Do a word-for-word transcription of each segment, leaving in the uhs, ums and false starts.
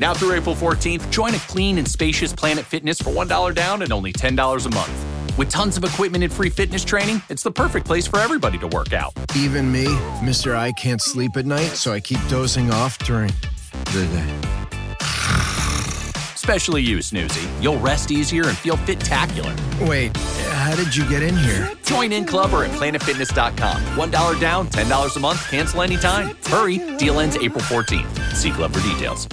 Now through April fourteenth, join a clean and spacious Planet Fitness for one dollar down and only ten dollars a month. With tons of equipment and free fitness training, it's the perfect place for everybody to work out. Even me, Mister I can't sleep at night, so I keep dozing off during the day. Especially you, Snoozy. You'll rest easier and feel fit-tacular. Wait, how did you get in here? Join in club or at planet fitness dot com. one dollar down, ten dollars a month, cancel anytime. Hurry, deal ends April fourteenth. See club for details.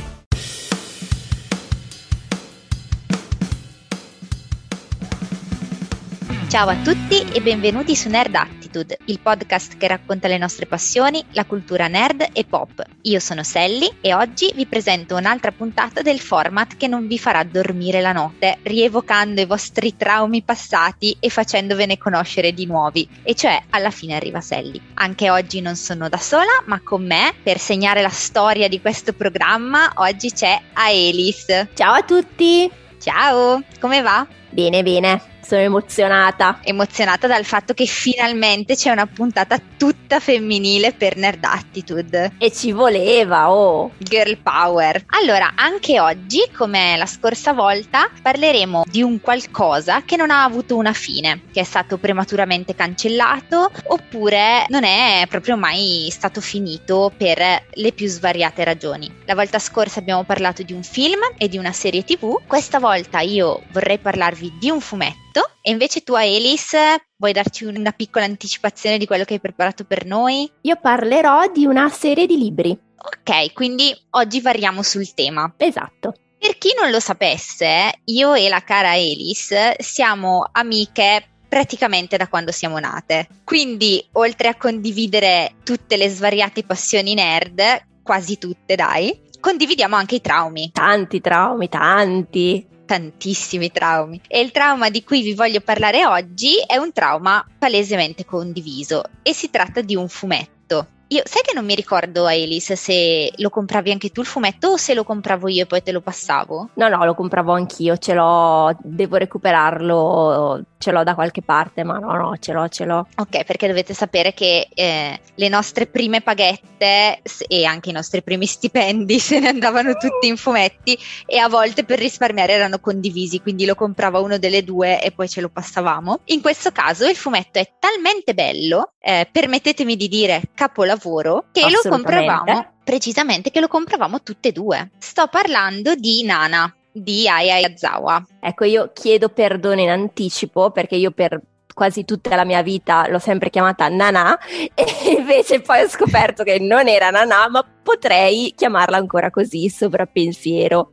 Ciao a tutti e benvenuti su Nerd Attitude, il podcast che racconta le nostre passioni, la cultura nerd e pop. Io sono Sally e oggi vi presento un'altra puntata del format che non vi farà dormire la notte, rievocando i vostri traumi passati e facendovene conoscere di nuovi, e cioè alla fine arriva Sally. Anche oggi non sono da sola, ma con me, per segnare la storia di questo programma, oggi c'è Aelis. Ciao a tutti! Ciao, come va? Bene, bene. Sono emozionata. Emozionata dal fatto che finalmente c'è una puntata tutta femminile per Nerd Attitude. E ci voleva, oh! Girl power. Allora, anche oggi, come la scorsa volta, parleremo di un qualcosa che non ha avuto una fine, che è stato prematuramente cancellato, oppure non è proprio mai stato finito per le più svariate ragioni. La volta scorsa abbiamo parlato di un film e di una serie tivù. Questa volta io vorrei parlarvi di un fumetto. E invece tu, Aelis, vuoi darci una piccola anticipazione di quello che hai preparato per noi? Io parlerò di una serie di libri. Ok, quindi oggi variamo sul tema. Esatto. Per chi non lo sapesse, io e la cara Aelis siamo amiche praticamente da quando siamo nate. Quindi, oltre a condividere tutte le svariate passioni nerd, quasi tutte dai, condividiamo anche i traumi. Tanti traumi, tanti. Tantissimi traumi. E il trauma di cui vi voglio parlare oggi è un trauma palesemente condiviso e si tratta di un fumetto. Io, sai che non mi ricordo, Aelis, se lo compravi anche tu il fumetto o se lo compravo io e poi te lo passavo? No, no, lo compravo anch'io, ce l'ho, devo recuperarlo, ce l'ho da qualche parte, ma no, no, ce l'ho, ce l'ho. Ok, perché dovete sapere che eh, le nostre prime paghette e anche i nostri primi stipendi se ne andavano tutti in fumetti e a volte per risparmiare erano condivisi, quindi lo comprava uno delle due e poi ce lo passavamo. In questo caso il fumetto è talmente bello, eh, permettetemi di dire capolavoro, che lo compravamo, precisamente che lo compravamo tutte e due. Sto parlando di Nana, di Ai Aizawa. Ecco, io chiedo perdono in anticipo perché io per quasi tutta la mia vita l'ho sempre chiamata Nana e invece poi ho scoperto che non era Nana, ma potrei chiamarla ancora così, sovrappensiero.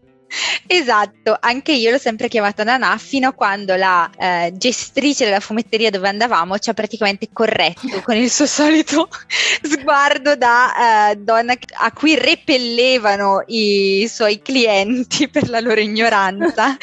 Esatto, anche io l'ho sempre chiamata Nana fino a quando la eh, gestrice della fumetteria dove andavamo ci ha praticamente corretto con il suo solito sguardo da eh, donna a cui repellevano i suoi clienti per la loro ignoranza.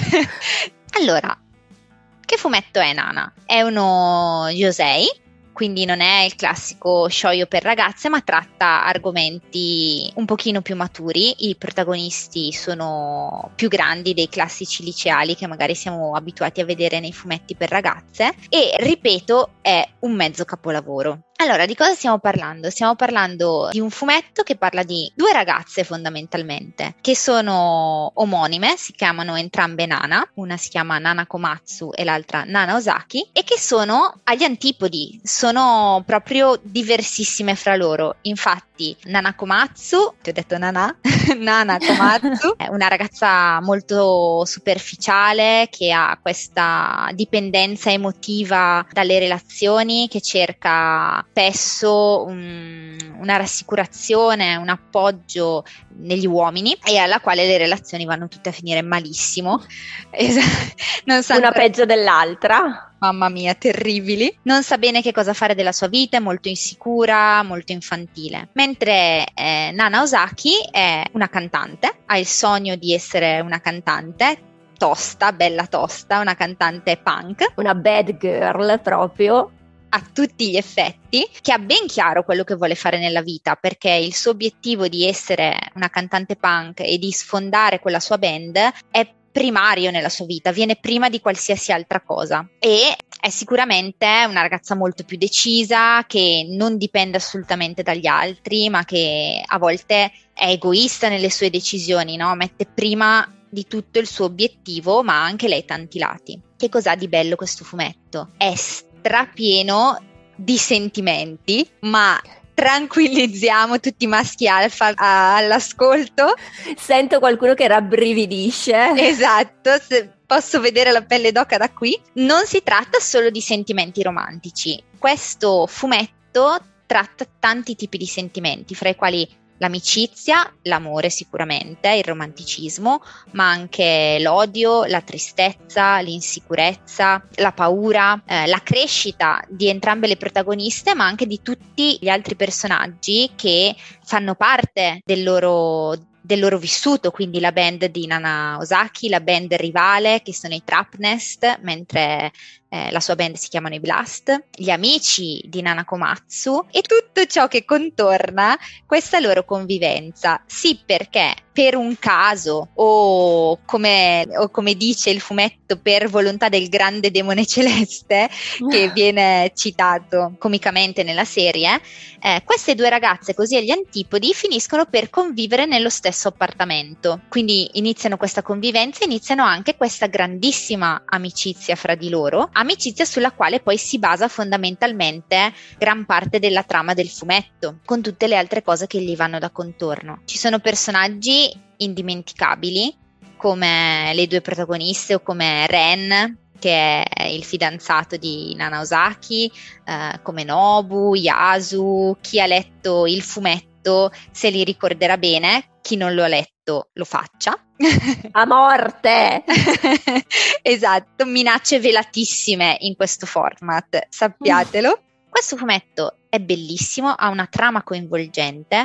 Allora, che fumetto è Nana? È uno yosei, quindi non è il classico shoujo per ragazze, ma tratta argomenti un pochino più maturi. I protagonisti sono più grandi dei classici liceali che magari siamo abituati a vedere nei fumetti per ragazze e, ripeto, è un mezzo capolavoro. Allora, di cosa stiamo parlando? Stiamo parlando di un fumetto che parla di due ragazze fondamentalmente, che sono omonime, si chiamano entrambe Nana, una si chiama Nana Komatsu e l'altra Nana Ozaki, e che sono agli antipodi, sono proprio diversissime fra loro. Infatti Nana Komatsu, ti ho detto Nana? Nana Komatsu è una ragazza molto superficiale che ha questa dipendenza emotiva dalle relazioni, che cerca spesso un, una rassicurazione, un appoggio negli uomini e alla quale le relazioni vanno tutte a finire malissimo. Non sa una ancora... peggio dell'altra. Mamma mia, terribili. Non sa bene che cosa fare della sua vita, è molto insicura, molto infantile. Mentre eh, Nana Ozaki è una cantante, ha il sogno di essere una cantante tosta, bella tosta, una cantante punk. Una bad girl proprio. A tutti gli effetti, che ha ben chiaro quello che vuole fare nella vita, perché il suo obiettivo di essere una cantante punk e di sfondare con la sua band è primario nella sua vita, viene prima di qualsiasi altra cosa e è sicuramente una ragazza molto più decisa, che non dipende assolutamente dagli altri, ma che a volte è egoista nelle sue decisioni, no? Mette prima di tutto il suo obiettivo, ma anche lei tanti lati. Che cos'ha di bello questo fumetto? È strapieno di sentimenti, ma tranquillizziamo tutti i maschi alfa all'ascolto. Sento qualcuno che rabbrividisce. Esatto, se posso vedere la pelle d'oca da qui. Non si tratta solo di sentimenti romantici. Questo fumetto tratta tanti tipi di sentimenti, fra i quali l'amicizia, l'amore sicuramente, il romanticismo, ma anche l'odio, la tristezza, l'insicurezza, la paura, eh, la crescita di entrambe le protagoniste, ma anche di tutti gli altri personaggi che fanno parte del loro del loro vissuto, quindi la band di Nana Ozaki, la band rivale che sono i Trap Nest, mentre eh, la sua band si chiamano i Blast, gli amici di Nana Komatsu e tutto ciò che contorna questa loro convivenza. Sì, perché per un caso o come, o come dice il fumetto, per volontà del grande demone celeste che viene citato comicamente nella serie, eh, queste due ragazze così agli antipodi finiscono per convivere nello stesso appartamento, quindi iniziano questa convivenza, iniziano anche questa grandissima amicizia fra di loro, amicizia sulla quale poi si basa fondamentalmente gran parte della trama del fumetto, con tutte le altre cose che gli vanno da contorno. Ci sono personaggi indimenticabili come le due protagoniste o come Ren, che è il fidanzato di Nana Ozaki, eh, come Nobu, Yasu. Chi ha letto il fumetto se li ricorderà bene, chi non lo ha letto lo faccia. A morte! Esatto, minacce velatissime in questo format, sappiatelo. Questo fumetto è bellissimo, ha una trama coinvolgente,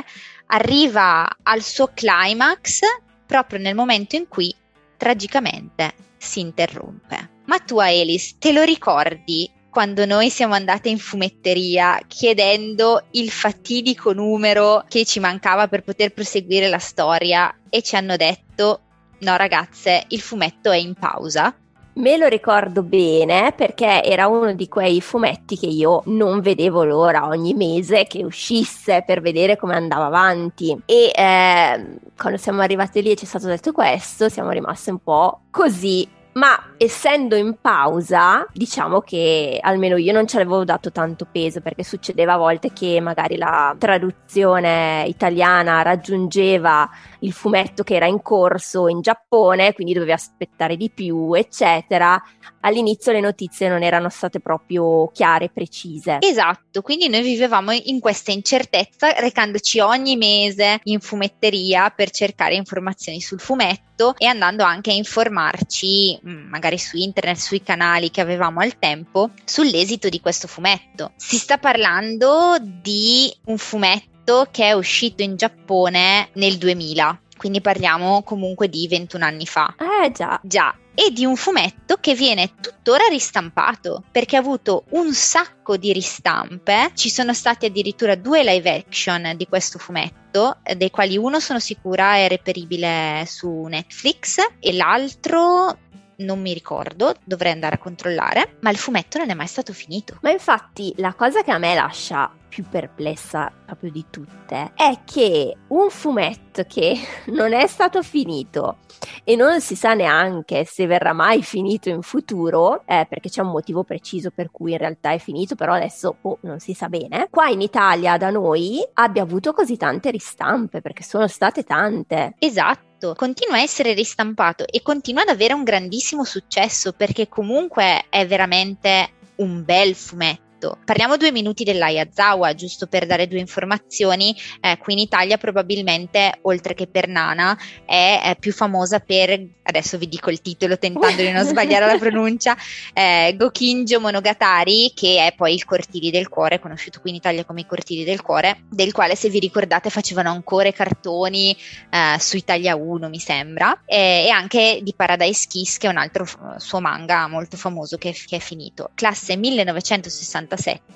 arriva al suo climax proprio nel momento in cui tragicamente si interrompe. Ma tu, Elis, te lo ricordi quando noi siamo andate in fumetteria chiedendo il fatidico numero che ci mancava per poter proseguire la storia e ci hanno detto: no ragazze, il fumetto è in pausa? Me lo ricordo bene perché era uno di quei fumetti che io non vedevo l'ora ogni mese che uscisse per vedere come andava avanti e eh, quando siamo arrivati lì e ci è stato detto questo siamo rimaste un po' così. Ma essendo in pausa, diciamo che almeno io non ci avevo dato tanto peso, perché succedeva a volte che magari la traduzione italiana raggiungeva il fumetto che era in corso in Giappone, quindi dovevi aspettare di più, eccetera. All'inizio le notizie non erano state proprio chiare e precise. Esatto, quindi noi vivevamo in questa incertezza, recandoci ogni mese in fumetteria per cercare informazioni sul fumetto e andando anche a informarci magari su internet, sui canali che avevamo al tempo, sull'esito di questo fumetto. Si sta parlando di un fumetto che è uscito in Giappone nel duemila, quindi parliamo comunque di ventuno anni fa. Eh già. Già. E di un fumetto che viene tuttora ristampato, perché ha avuto un sacco di ristampe. Ci sono stati addirittura due live action di questo fumetto, dei quali uno sono sicura è reperibile su Netflix e l'altro non mi ricordo, dovrei andare a controllare, ma il fumetto non è mai stato finito. Ma infatti la cosa che a me lascia più perplessa proprio di tutte è che un fumetto che non è stato finito e non si sa neanche se verrà mai finito in futuro, eh, perché c'è un motivo preciso per cui in realtà è finito, però adesso oh, non si sa bene, qua in Italia da noi abbia avuto così tante ristampe, perché sono state tante. Esatto, continua a essere ristampato e continua ad avere un grandissimo successo, perché comunque è veramente un bel fumetto. Parliamo due minuti dell'Aiyazawa, giusto per dare due informazioni. Eh, qui in Italia probabilmente, oltre che per Nana, è, è più famosa per, adesso vi dico il titolo tentando di non sbagliare la pronuncia, eh, Gokinjo Monogatari, che è poi il Cortili del Cuore, conosciuto qui in Italia come i Cortili del Cuore, del quale, se vi ricordate, facevano ancora i cartoni eh, su Italia uno, mi sembra, e, e anche di Paradise Kiss, che è un altro f- suo manga molto famoso che, che è finito. Classe millenovecentosessantasette,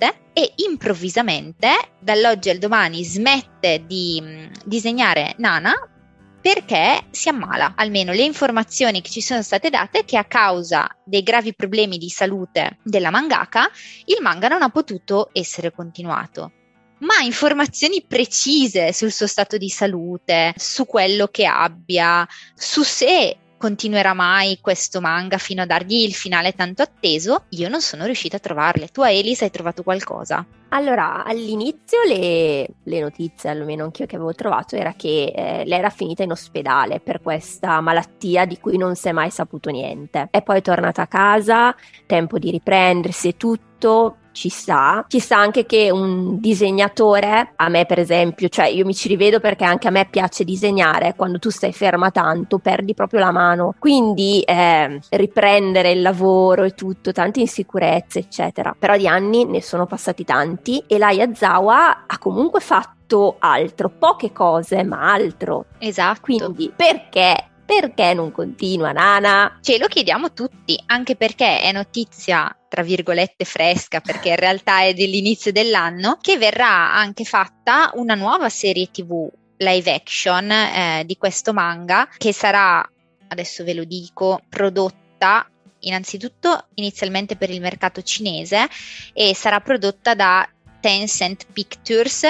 e improvvisamente dall'oggi al domani smette di mh, disegnare Nana perché si ammala. Almeno le informazioni che ci sono state date è che a causa dei gravi problemi di salute della mangaka il manga non ha potuto essere continuato. Ma informazioni precise sul suo stato di salute, su quello che abbia, su se continuerà mai questo manga fino a dargli il finale tanto atteso, io non sono riuscita a trovarle. Tu, Elis, hai trovato qualcosa? Allora, all'inizio le, le notizie, almeno anch'io che avevo trovato, era che eh, lei era finita in ospedale per questa malattia di cui non si è mai saputo niente. E poi è tornata a casa, tempo di riprendersi e tutto. Ci sta, ci sta anche che un disegnatore, a me per esempio, cioè io mi ci rivedo perché anche a me piace disegnare, quando tu stai ferma tanto perdi proprio la mano, quindi eh, riprendere il lavoro e tutto, tante insicurezze eccetera, però di anni ne sono passati tanti e la Yazawa ha comunque fatto altro, poche cose ma altro. Esatto. Quindi perché? Perché non continua, Nana? Ce lo chiediamo tutti, anche perché è notizia tra virgolette fresca, perché in realtà è dell'inizio dell'anno, che verrà anche fatta una nuova serie tv live action eh, di questo manga, che sarà, adesso ve lo dico, prodotta innanzitutto inizialmente per il mercato cinese e sarà prodotta da Tencent Pictures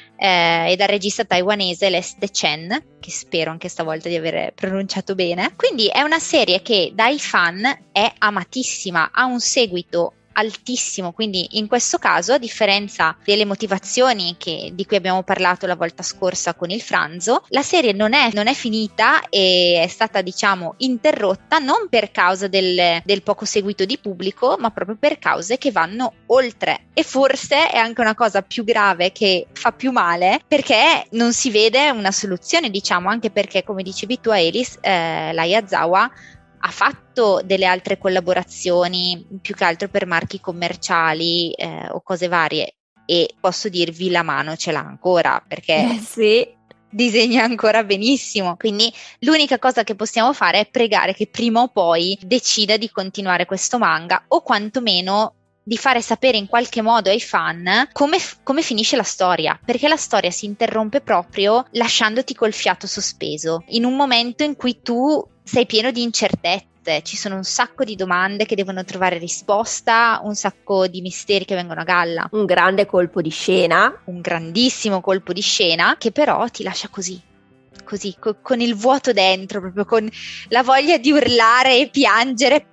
eh, e dal regista taiwanese Leste Chen, che spero anche stavolta di aver pronunciato bene. Quindi è una serie che dai fan è amatissima, ha un seguito altissimo, quindi in questo caso, a differenza delle motivazioni che, di cui abbiamo parlato la volta scorsa con il Franzo, la serie non è, non è finita e è stata, diciamo, interrotta non per causa del, del poco seguito di pubblico, ma proprio per cause che vanno oltre. E forse è anche una cosa più grave, che fa più male, perché non si vede una soluzione, diciamo, anche perché, come dicevi tu, Elis, eh, la Yazawa ha fatto delle altre collaborazioni più che altro per marchi commerciali eh, o cose varie, e posso dirvi la mano ce l'ha ancora, perché eh sì, disegna ancora benissimo, quindi l'unica cosa che possiamo fare è pregare che prima o poi decida di continuare questo manga, o quantomeno di fare sapere in qualche modo ai fan come, come finisce la storia, perché la storia si interrompe proprio lasciandoti col fiato sospeso, in un momento in cui tu sei pieno di incertezze, ci sono un sacco di domande che devono trovare risposta, un sacco di misteri che vengono a galla. Un grande colpo di scena. Un grandissimo colpo di scena che però ti lascia così, così, co- con il vuoto dentro, proprio con la voglia di urlare e piangere,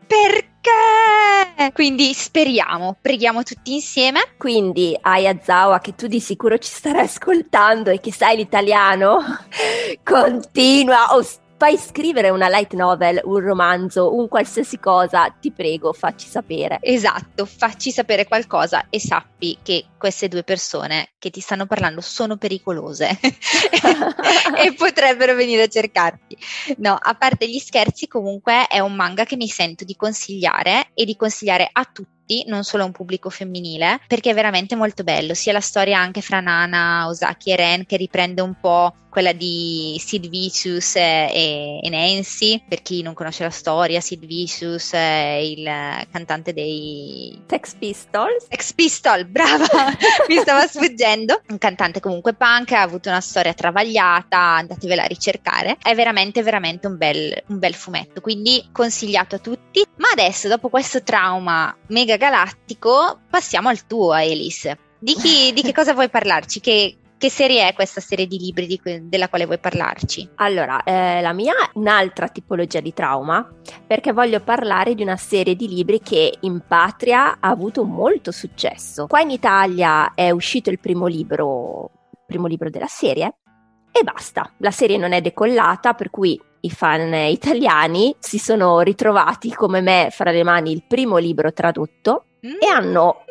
perché? Quindi speriamo, preghiamo tutti insieme. Quindi Ayazawa, che tu di sicuro ci starai ascoltando e che sai l'italiano, continua o fai scrivere una light novel, un romanzo, un qualsiasi cosa, ti prego, facci sapere. Esatto, facci sapere qualcosa e sappi che queste due persone che ti stanno parlando sono pericolose e potrebbero venire a cercarti. No, a parte gli scherzi, comunque è un manga che mi sento di consigliare e di consigliare a tutti, non solo a un pubblico femminile, perché è veramente molto bello, sia la storia anche fra Nana, Osaki e Ren, che riprende un po' quella di Sid Vicious e, e Nancy. Per chi non conosce la storia, Sid Vicious è il cantante dei Sex Pistols. Sex Pistol, brava, mi stava sfuggendo. Un cantante comunque punk, ha avuto una storia travagliata, andatevela a ricercare. È veramente veramente un bel, un bel fumetto, quindi consigliato a tutti. Ma adesso, dopo questo trauma mega galattico, passiamo al tuo, Elis. Di, chi, di che cosa vuoi parlarci? Che Che serie è questa serie di libri di cui, della quale vuoi parlarci? Allora, eh, la mia è un'altra tipologia di trauma, perché voglio parlare di una serie di libri che in patria ha avuto molto successo. Qua in Italia è uscito il primo libro, il primo libro della serie e basta. La serie non è decollata, per cui i fan italiani si sono ritrovati come me fra le mani il primo libro tradotto mm. e hanno...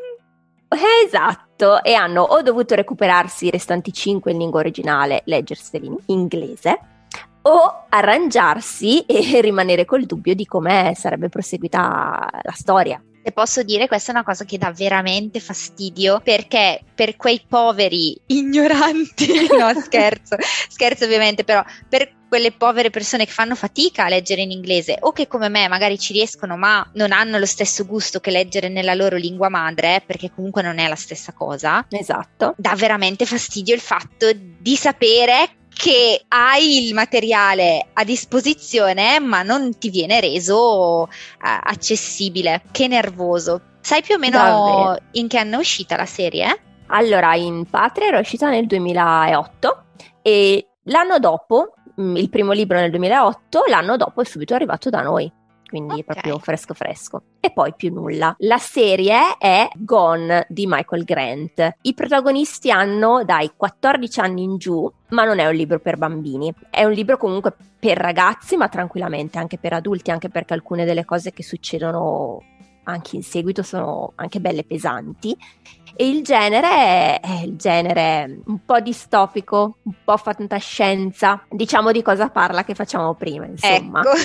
Esatto, e hanno o dovuto recuperarsi i restanti cinque in lingua originale, leggerseli in inglese, o arrangiarsi e rimanere col dubbio di come sarebbe proseguita la storia. Se posso dire, questa è una cosa che dà veramente fastidio, perché per quei poveri ignoranti, no scherzo, scherzo ovviamente, però per quelle povere persone che fanno fatica a leggere in inglese o che come me magari ci riescono ma non hanno lo stesso gusto che leggere nella loro lingua madre, perché comunque non è la stessa cosa. Esatto. Dà veramente fastidio il fatto di sapere che hai il materiale a disposizione ma non ti viene reso uh, accessibile. Che nervoso. Sai più o meno Davvero. in che anno è uscita la serie? Allora, in patria era uscita nel duemilaotto e l'anno dopo, il primo libro nel duemilaotto, l'anno dopo è subito arrivato da noi. Quindi Ok. proprio fresco fresco. E poi più nulla. La serie è Gone di Michael Grant. I protagonisti hanno dai quattordici anni in giù, ma non è un libro per bambini. È un libro comunque per ragazzi, ma tranquillamente anche per adulti, anche perché alcune delle cose che succedono anche in seguito sono anche belle pesanti. E il genere è il genere un po' distopico, un po' fantascienza. Diciamo di cosa parla che facciamo prima, insomma. Ecco.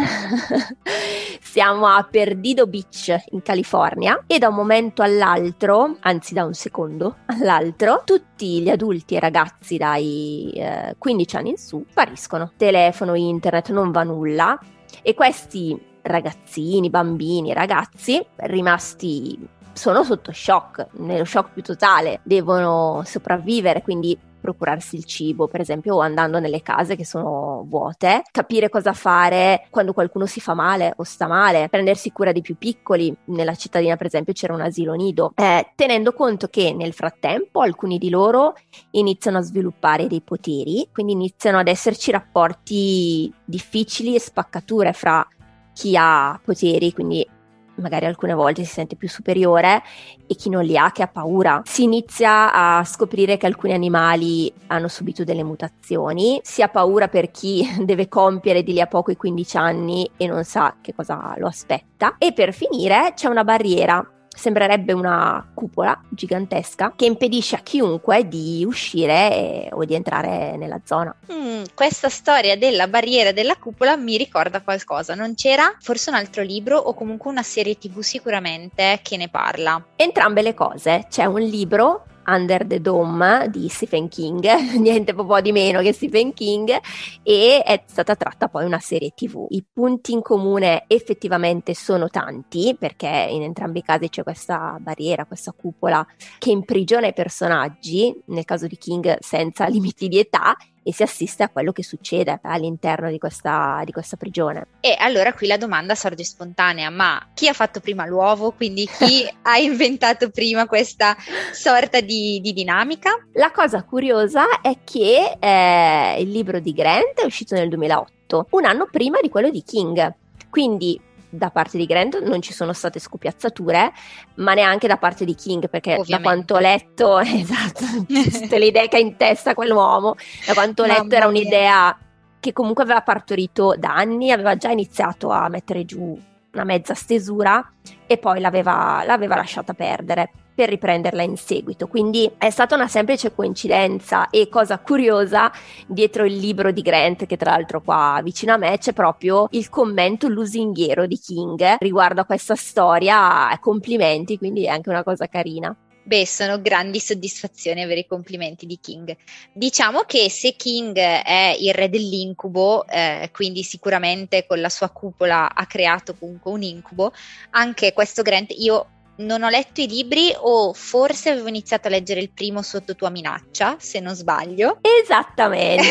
Siamo a Perdido Beach in California e da un momento all'altro, anzi da un secondo all'altro, tutti gli adulti e ragazzi dai eh, quindici anni in su spariscono. Telefono, internet, non va nulla e questi ragazzini, bambini, ragazzi rimasti sono sotto shock, nello shock più totale, devono sopravvivere, quindi procurarsi il cibo, per esempio, o andando nelle case che sono vuote, capire cosa fare quando qualcuno si fa male o sta male, prendersi cura dei più piccoli. Nella cittadina, per esempio, c'era un asilo nido, eh, tenendo conto che nel frattempo alcuni di loro iniziano a sviluppare dei poteri, quindi iniziano ad esserci rapporti difficili e spaccature fra chi ha poteri, quindi magari alcune volte si sente più superiore, e chi non li ha, che ha paura. Si inizia a scoprire che alcuni animali hanno subito delle mutazioni, si ha paura per chi deve compiere di lì a poco i quindici anni e non sa che cosa lo aspetta, e per finire c'è una barriera. Sembrerebbe una cupola gigantesca che impedisce a chiunque di uscire e, o di entrare nella zona. Mm, questa storia della barriera della cupola mi ricorda qualcosa. Non c'era forse un altro libro o comunque una serie tivù sicuramente che ne parla? Entrambe le cose. C'è un libro, Under the Dome, di Stephen King, niente po' di meno che Stephen King, e è stata tratta poi una serie tivù. I punti in comune effettivamente sono tanti, perché in entrambi i casi c'è questa barriera, questa cupola che imprigiona i personaggi, nel caso di King senza limiti di età, e si assiste a quello che succede all'interno di questa, di questa prigione. E allora qui la domanda sorge spontanea: ma chi ha fatto prima l'uovo? Quindi chi ha inventato prima questa sorta di, di dinamica? La cosa curiosa è che eh, il libro di Grant è uscito nel duemilaotto, un anno prima di quello di King, quindi da parte di Grant non ci sono state scopiazzature, ma neanche da parte di King, perché Ovviamente. da quanto ho letto, esatto, tutte le idee che ha in testa quell'uomo, da quanto ho letto Mamma era mia. un'idea che comunque aveva partorito da anni, aveva già iniziato a mettere giù una mezza stesura e poi l'aveva, l'aveva lasciata perdere per riprenderla in seguito. Quindi è stata una semplice coincidenza, e cosa curiosa, dietro il libro di Grant, che tra l'altro qua vicino a me, c'è proprio il commento lusinghiero di King riguardo a questa storia. Complimenti, quindi è anche una cosa carina. Beh, sono grandi soddisfazioni avere i complimenti di King. Diciamo che se King è il re dell'incubo, eh, quindi sicuramente con la sua cupola ha creato comunque un incubo, anche questo Grant, io non ho letto i libri, o forse avevo iniziato a leggere il primo sotto tua minaccia, se non sbaglio. Esattamente.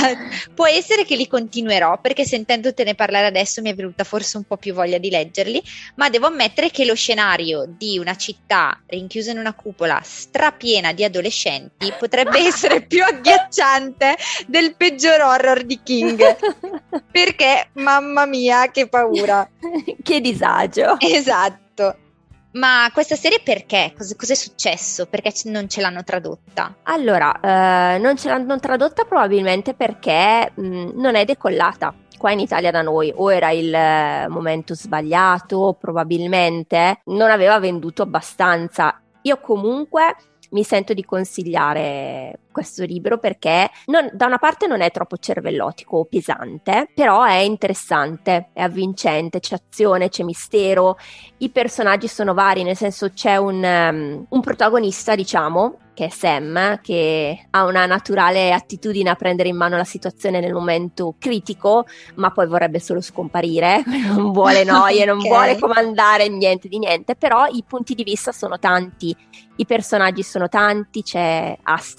Può essere che li continuerò, perché sentendotene parlare adesso mi è venuta forse un po' più voglia di leggerli, ma devo ammettere che lo scenario di una città rinchiusa in una cupola strapiena di adolescenti potrebbe essere più agghiacciante del peggior horror di King, perché mamma mia che paura. Che disagio. Esatto. Ma questa serie perché? Cos- cos'è successo? Perché c- non ce l'hanno tradotta? Allora, eh, non ce l'hanno tradotta probabilmente perché mh, non è decollata qua in Italia da noi, o era il eh, momento sbagliato, probabilmente non aveva venduto abbastanza. Io comunque mi sento di consigliare questo libro perché non, da una parte non è troppo cervellotico o pesante, però è interessante, è avvincente, c'è azione, c'è mistero, i personaggi sono vari, nel senso c'è un, um, un protagonista, diciamo, che è Sam, che ha una naturale attitudine a prendere in mano la situazione nel momento critico, ma poi vorrebbe solo scomparire, non vuole noie, non Ok. vuole comandare niente di niente, però i punti di vista sono tanti, i personaggi sono tanti, c'è Astrid, il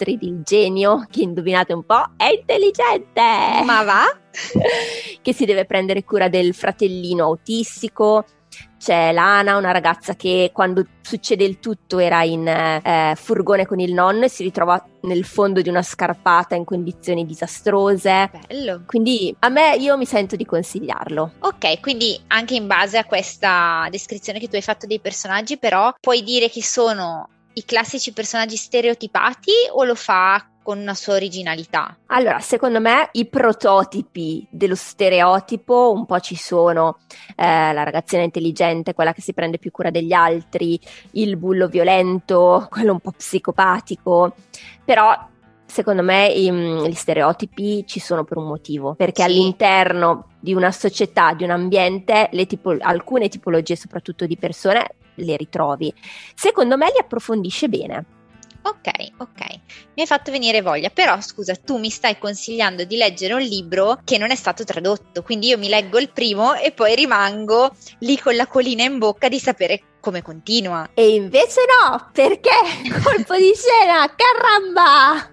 genio, che indovinate un po', è intelligente! Ma va? Che si deve prendere cura del fratellino autistico. C'è Lana, una ragazza che quando succede il tutto era in eh, furgone con il nonno e si ritrova nel fondo di una scarpata in condizioni disastrose. Bello. Quindi a me, io mi sento di consigliarlo. Ok, quindi anche in base a questa descrizione che tu hai fatto dei personaggi, però puoi dire che sono i classici personaggi stereotipati o lo fa con una sua originalità? Allora, secondo me i prototipi dello stereotipo un po' ci sono. Eh, la ragazzina intelligente, quella che si prende più cura degli altri, il bullo violento, quello un po' psicopatico, però secondo me i, gli stereotipi ci sono per un motivo, perché sì. all'interno di una società, di un ambiente, le tipo, alcune tipologie soprattutto di persone le ritrovi. Secondo me li approfondisce bene. Ok, ok, mi hai fatto venire voglia, però scusa, tu mi stai consigliando di leggere un libro che non è stato tradotto, quindi io mi leggo il primo e poi rimango lì con la colina in bocca di sapere come continua. E invece no, perché colpo di scena, caramba!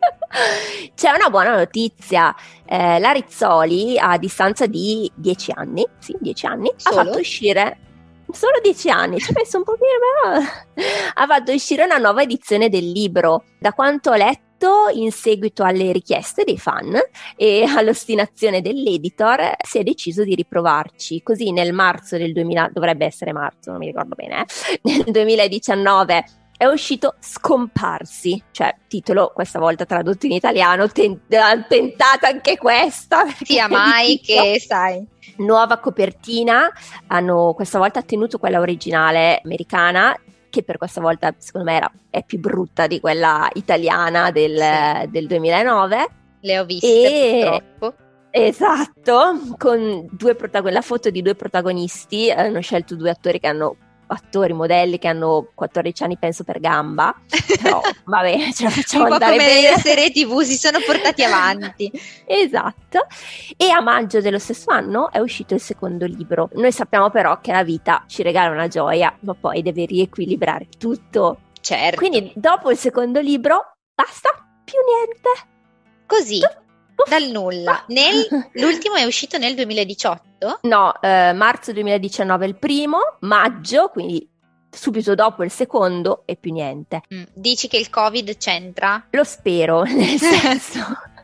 C'è una buona notizia, eh, la Rizzoli a distanza di dieci anni, sì, dieci anni, Solo? ha fatto uscire... Solo dieci anni, ci ho messo un pochino, però ha fatto uscire una nuova edizione del libro. Da quanto ho letto, in seguito alle richieste dei fan e all'ostinazione dell'editor, si è deciso di riprovarci. Così nel marzo del duemila, dovrebbe essere marzo, non mi ricordo bene, eh, nel duemiladiciannove è uscito Scomparsi, cioè titolo questa volta tradotto in italiano, ten- tentata anche questa. Sia mai che sai. Nuova copertina, hanno questa volta tenuto quella originale americana, che per questa volta secondo me era, è più brutta di quella italiana del, sì. del duemilanove. Le ho viste e... purtroppo. Esatto, con due protagonisti, la foto di due protagonisti, hanno scelto due attori che hanno attori, modelli che hanno quattordici anni penso per gamba, però vabbè, ce la facciamo un andare po' come bene. le serie tv si sono portati avanti. Esatto. E a maggio dello stesso anno è uscito il secondo libro. Noi sappiamo però che la vita ci regala una gioia, ma poi deve riequilibrare tutto. Certo. Quindi dopo il secondo libro basta, più niente. Così, Uff. dal nulla. Nel, l'ultimo è uscito nel duemiladiciotto? No, eh, marzo duemiladiciannove il primo, maggio, quindi subito dopo il secondo e più niente. Mm, dici che il Covid c'entra? Lo spero, nel senso,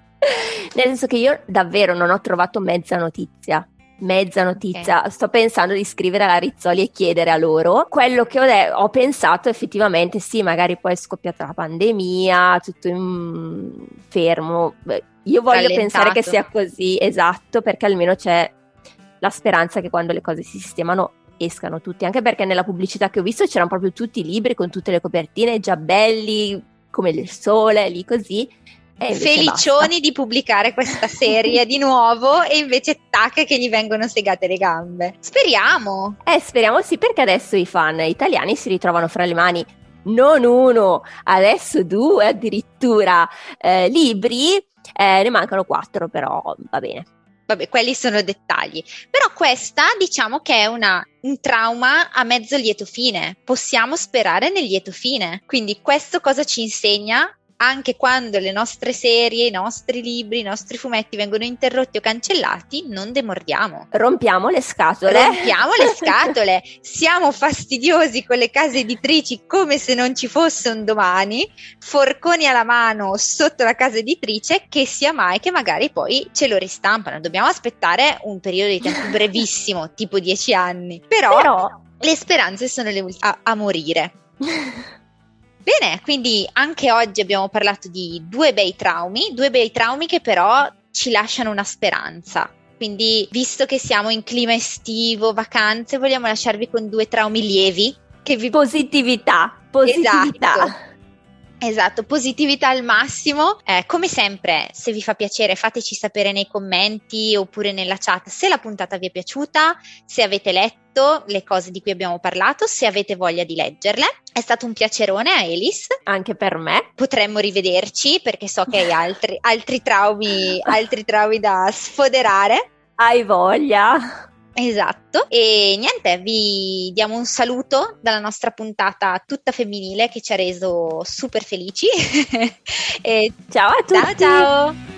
nel senso che io davvero non ho trovato mezza notizia. Mezza notizia, okay. Sto pensando di scrivere alla Rizzoli e chiedere a loro. Quello che ho, de- ho pensato effettivamente, sì, magari poi è scoppiata la pandemia, tutto in... fermo. Beh, io voglio Rallentato. pensare che sia così, esatto, perché almeno c'è la speranza che quando le cose si sistemano escano tutti, anche perché nella pubblicità che ho visto c'erano proprio tutti i libri con tutte le copertine già belli come il sole, lì così. E felicioni basta. Di pubblicare questa serie di nuovo e invece tac che gli vengono segate le gambe. Speriamo. Eh, speriamo sì, perché adesso i fan italiani si ritrovano fra le mani non uno, adesso due addirittura eh, libri, eh, ne mancano quattro, però va bene. Vabbè, quelli sono dettagli. Però questa diciamo che è una, un trauma a mezzo lieto fine. Possiamo sperare nel lieto fine. Quindi questo cosa ci insegna? Anche quando le nostre serie, i nostri libri, i nostri fumetti vengono interrotti o cancellati, non demordiamo. Rompiamo le scatole. Rompiamo le scatole. Siamo fastidiosi con le case editrici come se non ci fosse un domani, forconi alla mano sotto la casa editrice, che sia mai che magari poi ce lo ristampano. Dobbiamo aspettare un periodo di tempo brevissimo, tipo dieci anni. Però, Però... le speranze sono le ultime a, a morire. Bene, quindi anche oggi abbiamo parlato di due bei traumi, due bei traumi che però ci lasciano una speranza. Quindi, visto che siamo in clima estivo, vacanze, vogliamo lasciarvi con due traumi lievi che vi... Positività, positività. Esatto. Esatto, positività al massimo. Eh, come sempre, se vi fa piacere fateci sapere nei commenti oppure nella chat se la puntata vi è piaciuta, se avete letto le cose di cui abbiamo parlato, se avete voglia di leggerle. È stato un piacerone a Elis. Anche per me. Potremmo rivederci perché so che hai altri, altri traumi, altri traumi da sfoderare. Hai voglia. Esatto, e niente, vi diamo un saluto dalla nostra puntata tutta femminile che ci ha reso super felici. E ciao a tutti! Ciao ciao!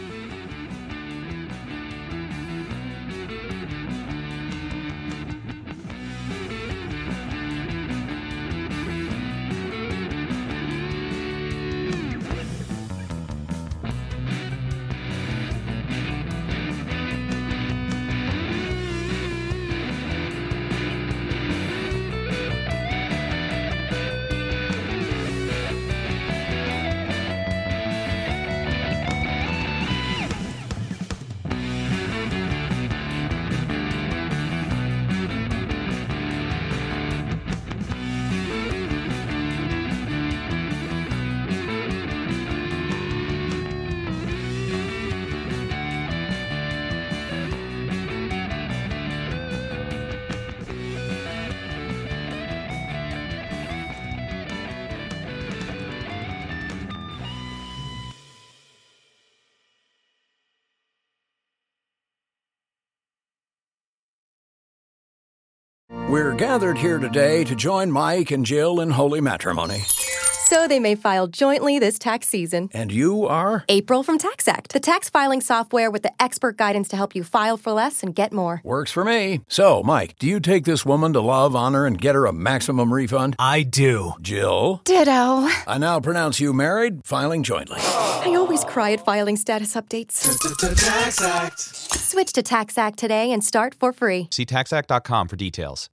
We're gathered here today to join Mike and Jill in holy matrimony. So they may file jointly this tax season. And you are? April from TaxAct, the tax filing software with the expert guidance to help you file for less and get more. Works for me. So, Mike, do you take this woman to love, honor, and get her a maximum refund? I do. Jill? Ditto. I now pronounce you married, filing jointly. I always cry at filing status updates. TaxAct. Switch to TaxAct today and start for free. See tax act dot com for details.